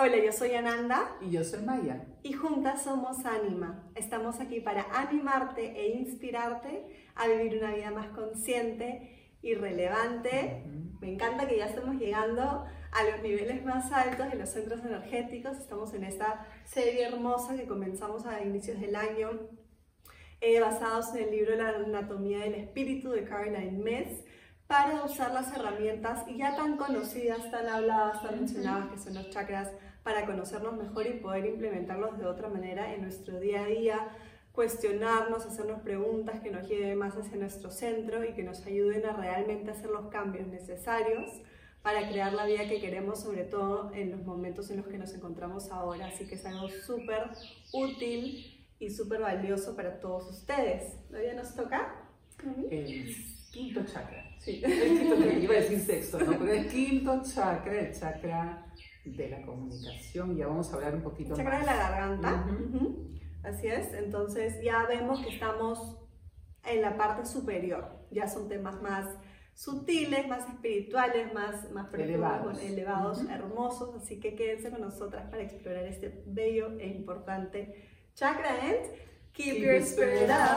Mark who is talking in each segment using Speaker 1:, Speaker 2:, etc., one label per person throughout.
Speaker 1: Hola, yo soy Ananda.
Speaker 2: Y yo soy Maya.
Speaker 1: Y juntas somos Anima. Estamos aquí para animarte e inspirarte a vivir una vida más consciente y relevante. Me encanta que ya estamos llegando a los niveles más altos de los centros energéticos. Estamos en esta serie hermosa que comenzamos a inicios del año, basados en el libro La Anatomía del Espíritu de Caroline Myss, para usar las herramientas ya tan conocidas, tan habladas, tan mencionadas que son los chakras, para conocernos mejor y poder implementarlos de otra manera en nuestro día a día, cuestionarnos, hacernos preguntas que nos lleven más hacia nuestro centro y que nos ayuden a realmente hacer los cambios necesarios para crear la vida que queremos, sobre todo en los momentos en los que nos encontramos ahora. Así que es algo súper útil y súper valioso para todos ustedes. ¿Hoy ya nos toca?
Speaker 2: El quinto chakra.
Speaker 1: Sí.
Speaker 2: El quinto chakra, iba a decir sexto, ¿no? Pero el quinto chakra, el chakra de la comunicación. Ya vamos a hablar un poquito más.
Speaker 1: El chakra de la garganta. Así es. Entonces ya vemos que estamos en la parte superior. Ya son temas más sutiles, más espirituales, más elevados, hermosos. Así que quédense con nosotras para explorar este bello e importante chakra. And keep your spirit up.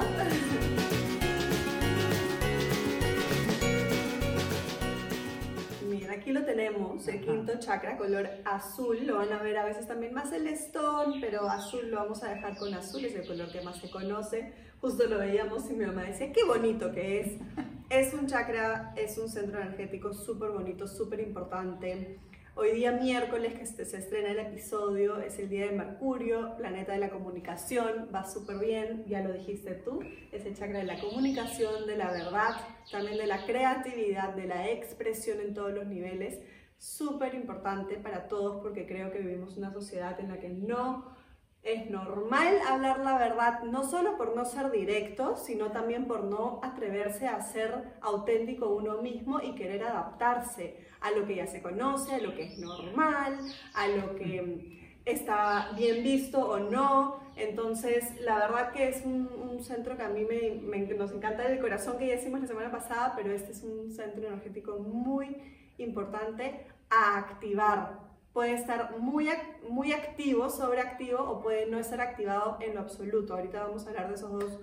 Speaker 1: Aquí lo tenemos, el quinto chakra, color azul. Lo van a ver a veces también más celestón, pero azul lo vamos a dejar con azul, es el color que más se conoce. Justo lo veíamos y mi mamá decía, qué bonito que es. Es un chakra, es un centro energético súper bonito, súper importante. Hoy día miércoles que se estrena el episodio, es el día de Mercurio, planeta de la comunicación, va súper bien, ya lo dijiste tú, es el chakra de la comunicación, de la verdad, también de la creatividad, de la expresión en todos los niveles, súper importante para todos porque creo que vivimos una sociedad en la que no es normal hablar la verdad, no solo por no ser directo, sino también por no atreverse a ser auténtico uno mismo y querer adaptarse a lo que ya se conoce, a lo que es normal, a lo que está bien visto o no. Entonces, la verdad que es un centro que a mí nos encanta del corazón, que ya hicimos la semana pasada, pero este es un centro energético muy importante a activar. Puede estar muy activo, sobreactivo, o puede no estar activado en lo absoluto. Ahorita vamos a hablar de esos dos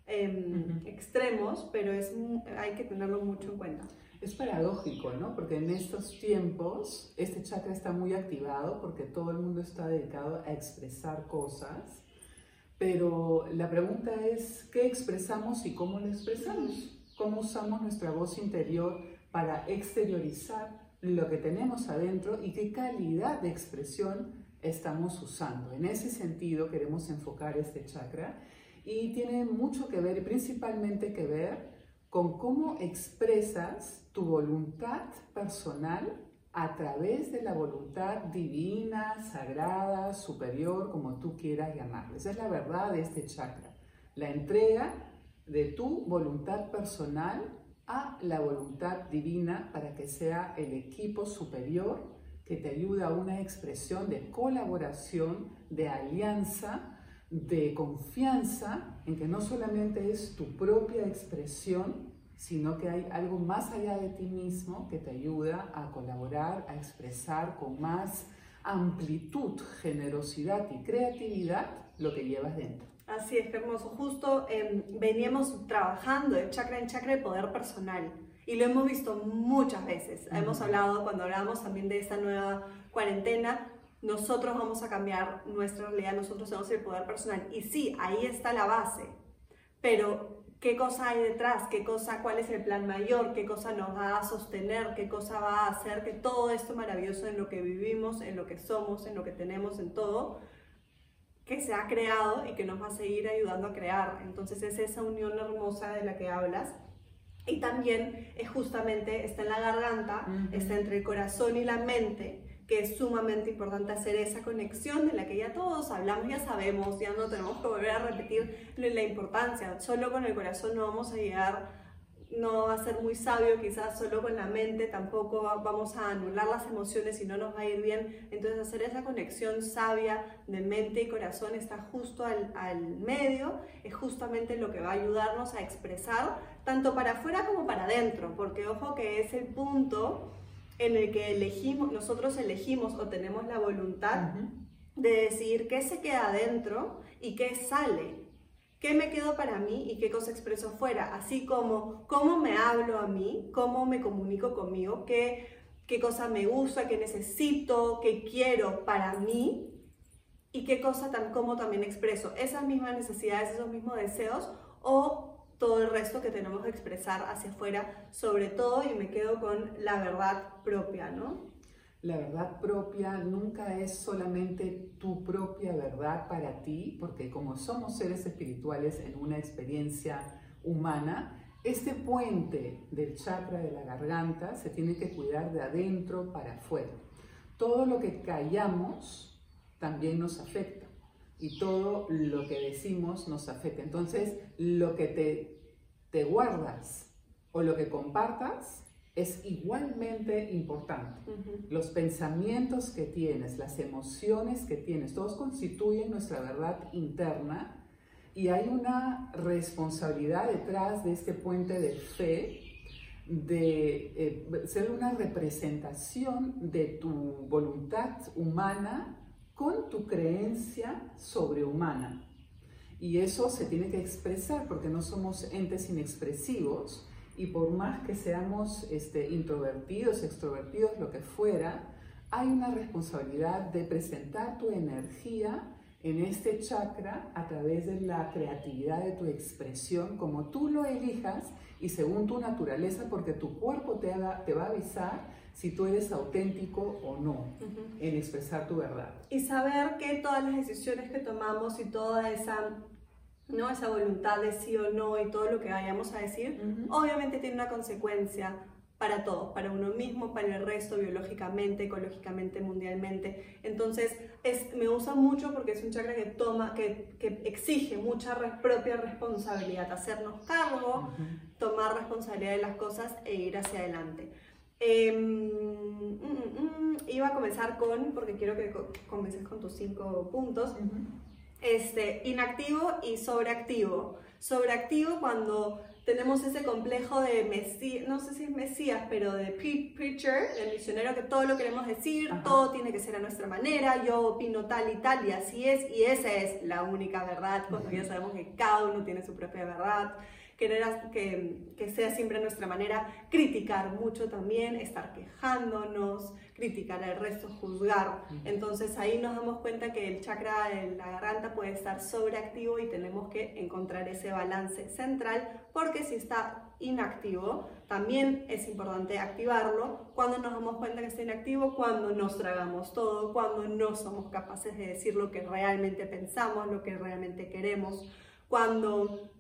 Speaker 1: extremos, pero hay que tenerlo mucho en cuenta.
Speaker 2: Es paradójico, ¿no? Porque en estos tiempos este chakra está muy activado porque todo el mundo está dedicado a expresar cosas, pero la pregunta es, ¿qué expresamos y cómo lo expresamos? ¿Cómo usamos nuestra voz interior para exteriorizar lo que tenemos adentro y qué calidad de expresión estamos usando? En ese sentido queremos enfocar este chakra y tiene mucho que ver, y principalmente que ver con cómo expresas tu voluntad personal a través de la voluntad divina, sagrada, superior, como tú quieras llamarlo. Esa es la verdad de este chakra, la entrega de tu voluntad personal a la voluntad divina para que sea el equipo superior que te ayuda a una expresión de colaboración, de alianza, de confianza en que no solamente es tu propia expresión, sino que hay algo más allá de ti mismo que te ayuda a colaborar, a expresar con más amplitud, generosidad y creatividad lo que llevas dentro.
Speaker 1: Así es, qué hermoso. Justo veníamos trabajando de chakra en chakra de poder personal y lo hemos visto muchas veces. Hemos hablado, cuando hablábamos también de esta nueva cuarentena, nosotros vamos a cambiar nuestra realidad, nosotros tenemos el poder personal. Y sí, ahí está la base, pero ¿qué cosa hay detrás? ¿Cuál es el plan mayor? ¿Qué cosa nos va a sostener? ¿Qué cosa va a hacer que todo esto maravilloso en lo que vivimos, en lo que somos, en lo que tenemos, en todo, que se ha creado y que nos va a seguir ayudando a crear? Entonces es esa unión hermosa de la que hablas. Y también es justamente, está en la garganta, está entre el corazón y la mente, que es sumamente importante hacer esa conexión de la que ya todos hablamos, ya sabemos, ya no tenemos que volver a repetir la importancia. Solo con el corazón no vamos a llegar, no va a ser muy sabio, quizás solo con la mente tampoco vamos a anular las emociones y no nos va a ir bien. Entonces hacer esa conexión sabia de mente y corazón está justo al medio, es justamente lo que va a ayudarnos a expresar tanto para afuera como para adentro, porque ojo que es el punto en el que nosotros elegimos o tenemos la voluntad de decidir qué se queda adentro y qué sale. ¿Qué me quedo para mí y qué cosa expreso fuera? Así como cómo me hablo a mí, cómo me comunico conmigo, qué cosa me gusta, qué necesito, qué quiero para mí y qué cosa cómo también expreso esas mismas necesidades, esos mismos deseos o todo el resto que tenemos que expresar hacia afuera, sobre todo, y me quedo con la verdad propia, ¿no?
Speaker 2: La verdad propia nunca es solamente tu propia verdad para ti, porque como somos seres espirituales en una experiencia humana, este puente del chakra de la garganta se tiene que cuidar de adentro para afuera. Todo lo que callamos también nos afecta y todo lo que decimos nos afecta. Entonces, lo que te guardas o lo que compartas es igualmente importante. Los pensamientos que tienes, las emociones que tienes, todos constituyen nuestra verdad interna y hay una responsabilidad detrás de este puente de fe de ser una representación de tu voluntad humana con tu creencia sobrehumana. Y eso se tiene que expresar porque no somos entes inexpresivos. Y por más que seamos introvertidos, extrovertidos, lo que fuera, hay una responsabilidad de presentar tu energía en este chakra a través de la creatividad de tu expresión, como tú lo elijas y según tu naturaleza, porque tu cuerpo te va a avisar si tú eres auténtico o no en expresar tu verdad.
Speaker 1: Y saber que todas las decisiones que tomamos y toda esa voluntad de sí o no y todo lo que vayamos a decir, obviamente tiene una consecuencia para todos, para uno mismo, para el resto, biológicamente, ecológicamente, mundialmente. Entonces, me gusta mucho porque es un chakra que exige mucha propia responsabilidad, hacernos cargo, tomar responsabilidad de las cosas e ir hacia adelante. Iba a comenzar porque quiero que comiences con tus 5 puntos. Inactivo y sobreactivo. Sobreactivo cuando tenemos ese complejo de Mesías, no sé si es Mesías, pero de preacher, el misionero, que todo lo queremos decir, todo tiene que ser a nuestra manera, yo opino tal y así es, y esa es la única verdad, cuando ya sabemos que cada uno tiene su propia verdad. Querer que sea siempre a nuestra manera, criticar mucho también, estar quejándonos, criticar al resto, juzgar. Entonces ahí nos damos cuenta que el chakra de la garganta puede estar sobreactivo y tenemos que encontrar ese balance central, porque si está inactivo, también es importante activarlo. Cuando nos damos cuenta que está inactivo, cuando nos tragamos todo, cuando no somos capaces de decir lo que realmente pensamos, lo que realmente queremos, cuando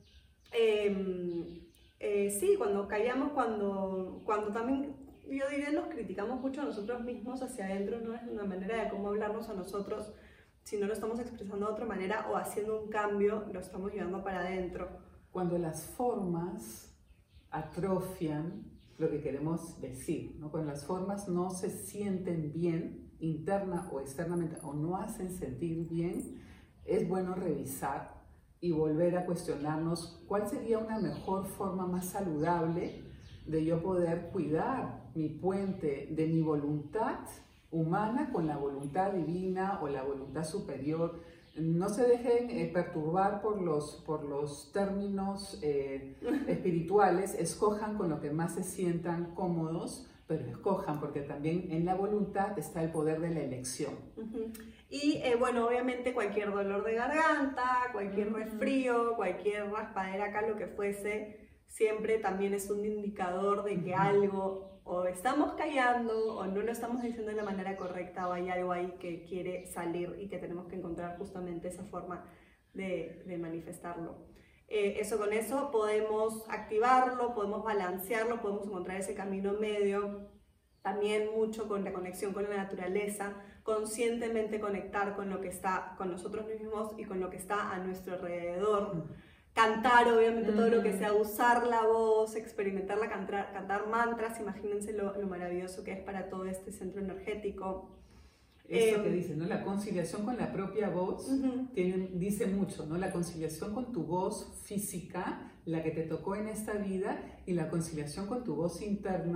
Speaker 1: cuando callamos, cuando también, yo diría, nos criticamos mucho a nosotros mismos hacia adentro, no es una manera de cómo hablarnos a nosotros, si no lo estamos expresando de otra manera o haciendo un cambio, lo estamos llevando para adentro.
Speaker 2: Cuando las formas atrofian lo que queremos decir, ¿no? Cuando las formas no se sienten bien, interna o externamente, o no hacen sentir bien, es bueno revisar y volver a cuestionarnos cuál sería una mejor forma más saludable de yo poder cuidar mi puente de mi voluntad humana con la voluntad divina o la voluntad superior. No se dejen perturbar por los términos espirituales, escojan con lo que más se sientan cómodos, pero escojan, porque también en la voluntad está el poder de la elección.
Speaker 1: Y bueno, obviamente cualquier dolor de garganta, cualquier resfrío, cualquier raspadera acá, lo que fuese, siempre también es un indicador de que algo o estamos callando o no lo estamos diciendo de la manera correcta, o hay algo ahí que quiere salir y que tenemos que encontrar justamente esa forma de manifestarlo. Con eso podemos activarlo, podemos balancearlo, podemos encontrar ese camino medio. También mucho con la conexión con la naturaleza, conscientemente conectar con lo que está con nosotros mismos y con lo que está a nuestro alrededor. Cantar, obviamente, todo lo que sea, usar la voz, experimentarla, cantar mantras, imagínense lo maravilloso que es para todo este centro energético.
Speaker 2: Esto que dice, ¿no? La conciliación con la propia voz dice mucho, ¿no? La conciliación con tu voz física, la que te tocó en esta vida, y la conciliación con tu voz interna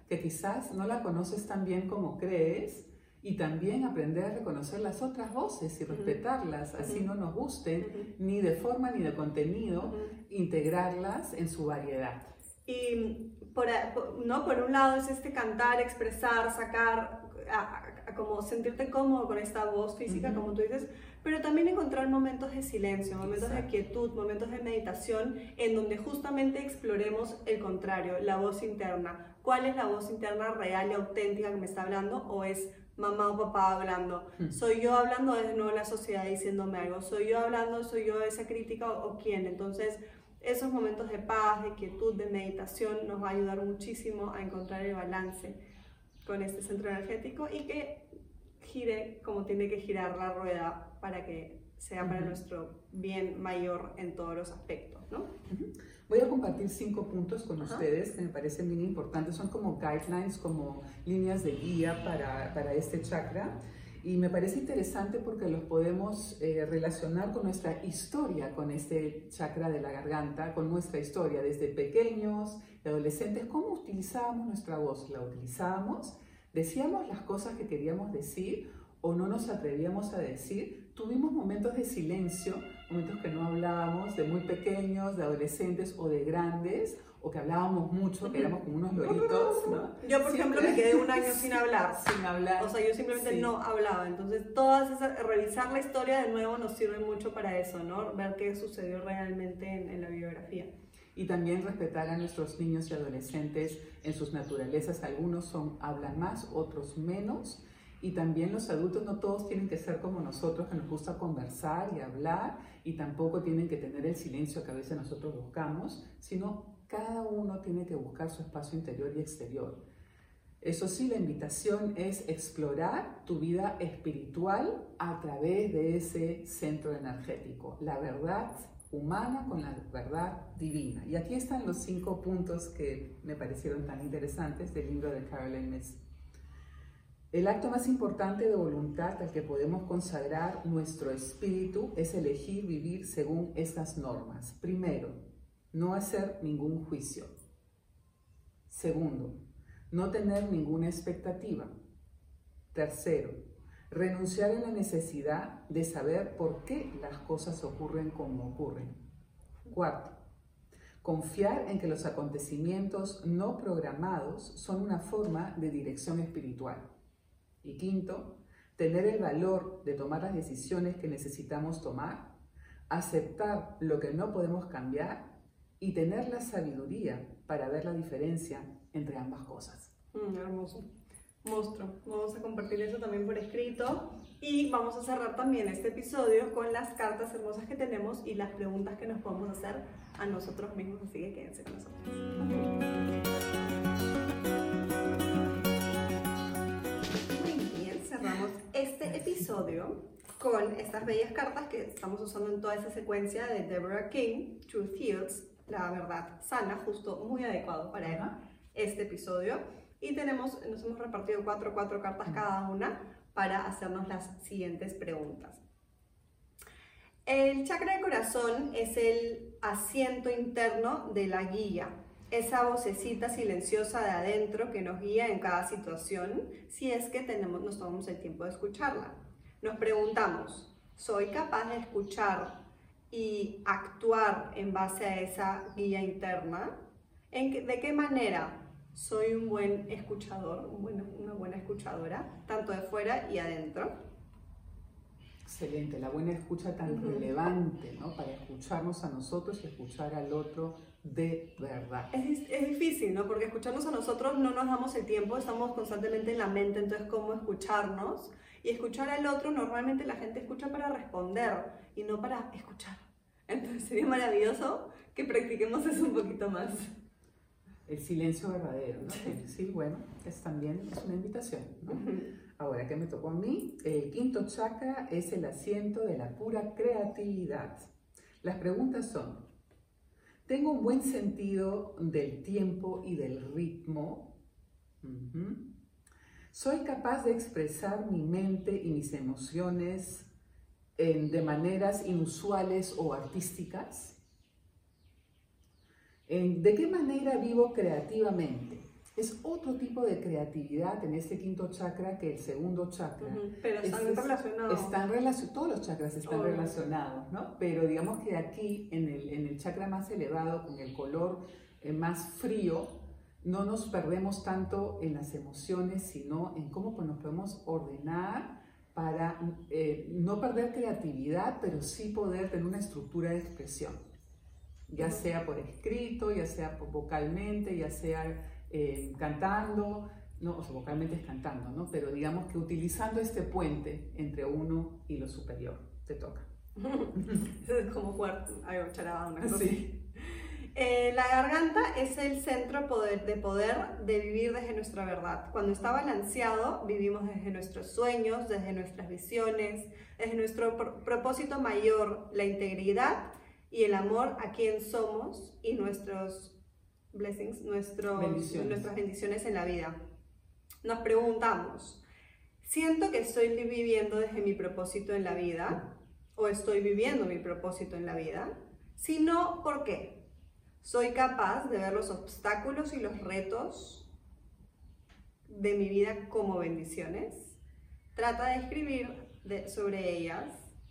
Speaker 2: que quizás no la conoces tan bien como crees, y también aprender a reconocer las otras voces y respetarlas, así no nos gusten ni de forma ni de contenido, integrarlas en su variedad.
Speaker 1: Y por un lado es cantar, expresar, sacar, como sentirte cómodo con esta voz física, como tú dices, pero también encontrar momentos de silencio, momentos de quietud, momentos de meditación, en donde justamente exploremos el contrario, la voz interna. ¿Cuál es la voz interna real y auténtica que me está hablando? ¿O es mamá o papá hablando? ¿Soy yo hablando, de nuevo la sociedad diciéndome algo? ¿Soy yo hablando, soy yo esa crítica o quién? Entonces, esos momentos de paz, de quietud, de meditación nos va a ayudar muchísimo a encontrar el balance con este centro energético y que gire como tiene que girar la rueda para que sea para nuestro bien mayor en todos los aspectos, ¿no?
Speaker 2: Voy a compartir 5 puntos con ustedes que me parecen bien importantes. Son como guidelines, como líneas de guía para este chakra. Y me parece interesante porque los podemos relacionar con nuestra historia, con este chakra de la garganta, con nuestra historia desde pequeños, de adolescentes. ¿Cómo utilizábamos nuestra voz? ¿La utilizábamos? ¿Decíamos las cosas que queríamos decir o no nos atrevíamos a decir? Tuvimos momentos de silencio, momentos que no hablábamos, de muy pequeños, de adolescentes o de grandes, o que hablábamos mucho, que éramos como unos loritos, ¿no?
Speaker 1: Yo, por ejemplo, me quedé un año sin hablar.
Speaker 2: Sin hablar.
Speaker 1: O sea, yo simplemente no hablaba. Entonces, revisar la historia de nuevo nos sirve mucho para eso, ¿no? Ver qué sucedió realmente en la biografía.
Speaker 2: Y también respetar a nuestros niños y adolescentes en sus naturalezas. Algunos hablan más, otros menos. Y también los adultos, no todos tienen que ser como nosotros, que nos gusta conversar y hablar, y tampoco tienen que tener el silencio que a veces nosotros buscamos, sino cada uno tiene que buscar su espacio interior y exterior. Eso sí, la invitación es explorar tu vida espiritual a través de ese centro energético, la verdad humana con la verdad divina. Y aquí están los 5 puntos que me parecieron tan interesantes del libro de Caroline Myss. El acto más importante de voluntad al que podemos consagrar nuestro espíritu es elegir vivir según estas normas. Primero, no hacer ningún juicio. Segundo, no tener ninguna expectativa. Tercero, renunciar a la necesidad de saber por qué las cosas ocurren como ocurren. Cuarto, confiar en que los acontecimientos no programados son una forma de dirección espiritual. Y quinto, tener el valor de tomar las decisiones que necesitamos tomar, aceptar lo que no podemos cambiar y tener la sabiduría para ver la diferencia entre ambas cosas.
Speaker 1: Hermoso. Monstruo. Vamos a compartir eso también por escrito y vamos a cerrar también este episodio con las cartas hermosas que tenemos y las preguntas que nos podemos hacer a nosotros mismos, así que quédense con nosotros. Cerramos este episodio con estas bellas cartas que estamos usando en toda esa secuencia de Deborah King, Truth Heals, la verdad sana, justo muy adecuado para este episodio. Y nos hemos repartido cuatro cartas cada una para hacernos las siguientes preguntas. El chakra del corazón es el asiento interno de la guía. Esa vocecita silenciosa de adentro que nos guía en cada situación, si es que nos tomamos el tiempo de escucharla. Nos preguntamos, ¿soy capaz de escuchar y actuar en base a esa guía interna? ¿De qué manera soy un buen escuchador, una buena escuchadora, tanto de fuera y adentro?
Speaker 2: Excelente, la buena escucha tan relevante, ¿no? Para escucharnos a nosotros y escuchar al otro de verdad.
Speaker 1: Es difícil, ¿no? Porque escucharnos a nosotros no nos damos el tiempo, estamos constantemente en la mente, entonces ¿cómo escucharnos? Y escuchar al otro, normalmente la gente escucha para responder y no para escuchar. Entonces sería maravilloso que practiquemos eso un poquito más.
Speaker 2: El silencio verdadero, ¿no? Sí, bueno, también es una invitación, ¿no? Ahora, ¿qué me tocó a mí? El quinto chakra es el asiento de la pura creatividad. Las preguntas son, ¿tengo un buen sentido del tiempo y del ritmo? ¿Soy capaz de expresar mi mente y mis emociones de maneras inusuales o artísticas? ¿De qué manera vivo creativamente? Es otro tipo de creatividad en este quinto chakra que el segundo chakra.
Speaker 1: Pero están relacionados.
Speaker 2: Todos los chakras están relacionados, ¿no? Pero digamos que aquí, en el chakra más elevado, con el color más frío, no nos perdemos tanto en las emociones, sino en cómo nos podemos ordenar para no perder creatividad, pero sí poder tener una estructura de expresión. Ya sea por escrito, ya sea vocalmente, ya sea cantando, no, o sea, vocalmente es cantando, ¿no? Pero digamos que utilizando este puente entre uno y lo superior, te toca.
Speaker 1: Es como jugar algo charabado, una cosa
Speaker 2: Sí.
Speaker 1: así. La garganta es el centro de poder de vivir desde nuestra verdad. Cuando está balanceado, vivimos desde nuestros sueños, desde nuestras visiones, desde nuestro propósito mayor, la integridad y el amor a quien somos y nuestros blessings, nuestras bendiciones en la vida. Nos preguntamos, ¿siento que estoy viviendo desde mi propósito en la vida? ¿O estoy viviendo mi propósito en la vida? Si no, ¿por qué? ¿Soy capaz de ver los obstáculos y los retos de mi vida como bendiciones? Trata de escribir sobre ellas.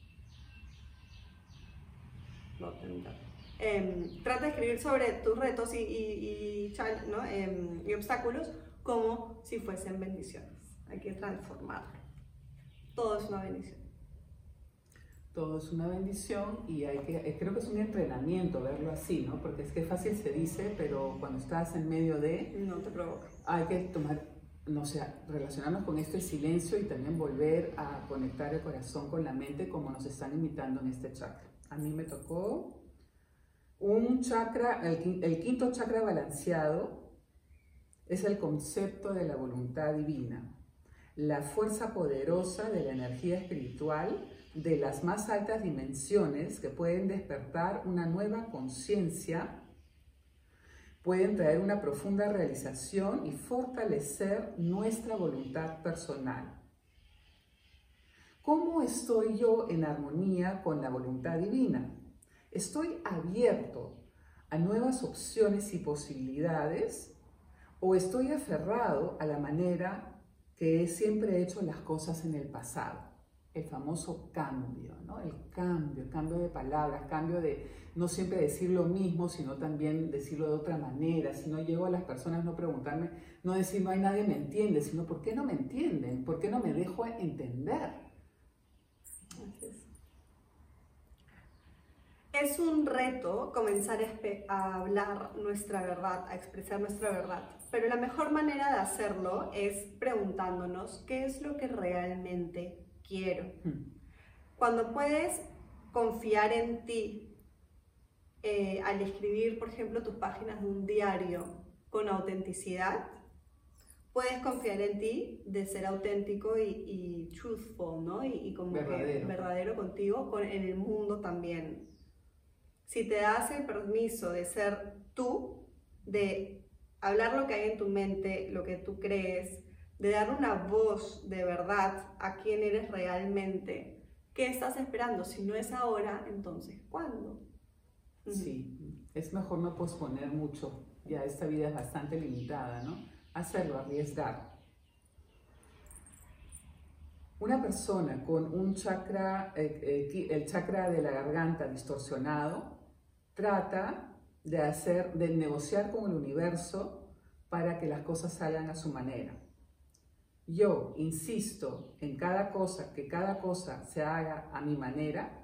Speaker 1: Trata de escribir sobre tus retos y obstáculos como si fuesen bendiciones. Hay que transformarlo. Todo es una bendición.
Speaker 2: Todo es una bendición y creo que es un entrenamiento verlo así, ¿no? Porque es que fácil se dice, pero cuando estás en medio de...
Speaker 1: No te provoca.
Speaker 2: Hay que tomar, no sé, relacionarnos con este silencio y también volver a conectar el corazón con la mente como nos están imitando en este chakra. A mí me tocó un chakra, el quinto chakra balanceado es el concepto de la voluntad divina, la fuerza poderosa de la energía espiritual de las más altas dimensiones que pueden despertar una nueva conciencia, pueden traer una profunda realización y fortalecer nuestra voluntad personal. ¿Cómo estoy yo en armonía con la voluntad divina? ¿Estoy abierto a nuevas opciones y posibilidades o estoy aferrado a la manera que siempre he hecho las cosas en el pasado? El famoso cambio, ¿no? El cambio de palabras, cambio de no siempre decir lo mismo, sino también decirlo de otra manera. Si no llego a las personas, no preguntarme, no decir no hay nadie me entiende, sino ¿por qué no me entienden? ¿Por qué no me dejo entender?
Speaker 1: Es un reto comenzar a hablar nuestra verdad, a expresar nuestra verdad, pero la mejor manera de hacerlo es preguntándonos qué es lo que realmente quiero. Cuando puedes confiar en ti al escribir, por ejemplo, tus páginas de un diario con autenticidad, puedes confiar en ti de ser auténtico y truthful, ¿no? Y como verdadero contigo, en el mundo también. Si te das el permiso de ser tú, de hablar lo que hay en tu mente, lo que tú crees, de dar una voz de verdad a quién eres realmente, ¿qué estás esperando? Si no es ahora, entonces, ¿cuándo?
Speaker 2: Sí, es mejor no posponer mucho. Ya esta vida es bastante limitada, ¿no? Hacerlo, arriesgar. Una persona con un chakra, el chakra de la garganta distorsionado, trata de negociar con el universo para que las cosas salgan a su manera. Yo insisto en que cada cosa se haga a mi manera,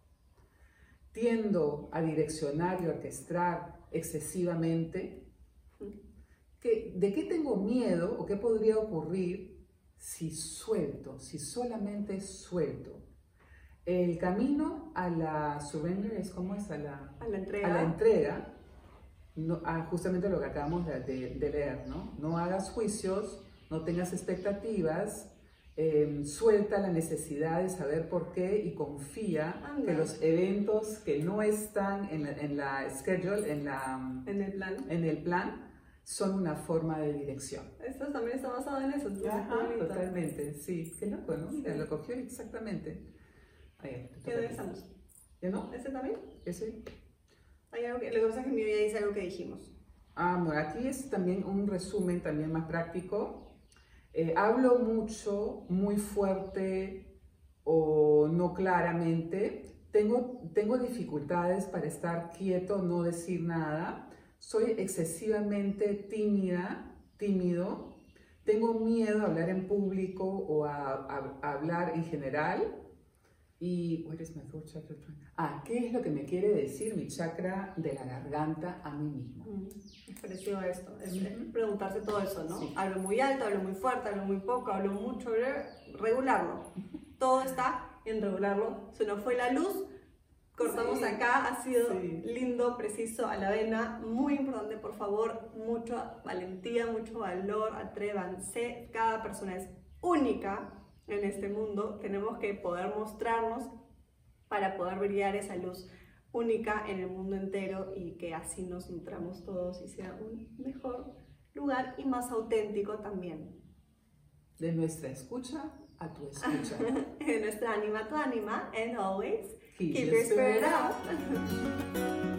Speaker 2: tiendo a direccionar y orquestar excesivamente. ¿De qué tengo miedo o qué podría ocurrir si solamente suelto? El camino a la surrender es como es a la entrega, justamente lo que acabamos de leer, ¿no? No hagas juicios, no tengas expectativas, suelta la necesidad de saber por qué y confía que los eventos que no están en la schedule, en el plan, son una forma de dirección.
Speaker 1: Esto también está basado en eso.
Speaker 2: Totalmente, sí. Qué loco, ¿no? Mira, lo cogió exactamente.
Speaker 1: ¿Qué dónde estamos?
Speaker 2: ¿Ya no?
Speaker 1: ¿Ese también?
Speaker 2: ¿Ese?
Speaker 1: Hay algo lo que pasa es que mi vida dice algo que dijimos.
Speaker 2: Bueno, aquí es también un resumen también más práctico. Hablo mucho, muy fuerte o no claramente. Tengo dificultades para estar quieto, no decir nada. Soy excesivamente tímido. Tengo miedo a hablar en público o a hablar en general. Y, what is my throat chakra? ¿Qué es lo que me quiere decir mi chakra de la garganta a mí mismo?
Speaker 1: Es parecido a esto, es preguntarse todo eso, ¿no?
Speaker 2: Sí.
Speaker 1: Hablo muy alto, hablo muy fuerte, hablo muy poco, hablo mucho, regularlo. Todo está en regularlo. Se nos fue la luz, cortamos acá, ha sido lindo, preciso, a la vena, muy importante, por favor, mucha valentía, mucho valor, atrévanse, cada persona es única en este mundo, tenemos que poder mostrarnos para poder brillar esa luz única en el mundo entero y que así nos nutramos todos y sea un mejor lugar y más auténtico también.
Speaker 2: De nuestra escucha a tu escucha.
Speaker 1: De nuestra ánima a tu ánima, and always
Speaker 2: Keep
Speaker 1: keep your spirit up.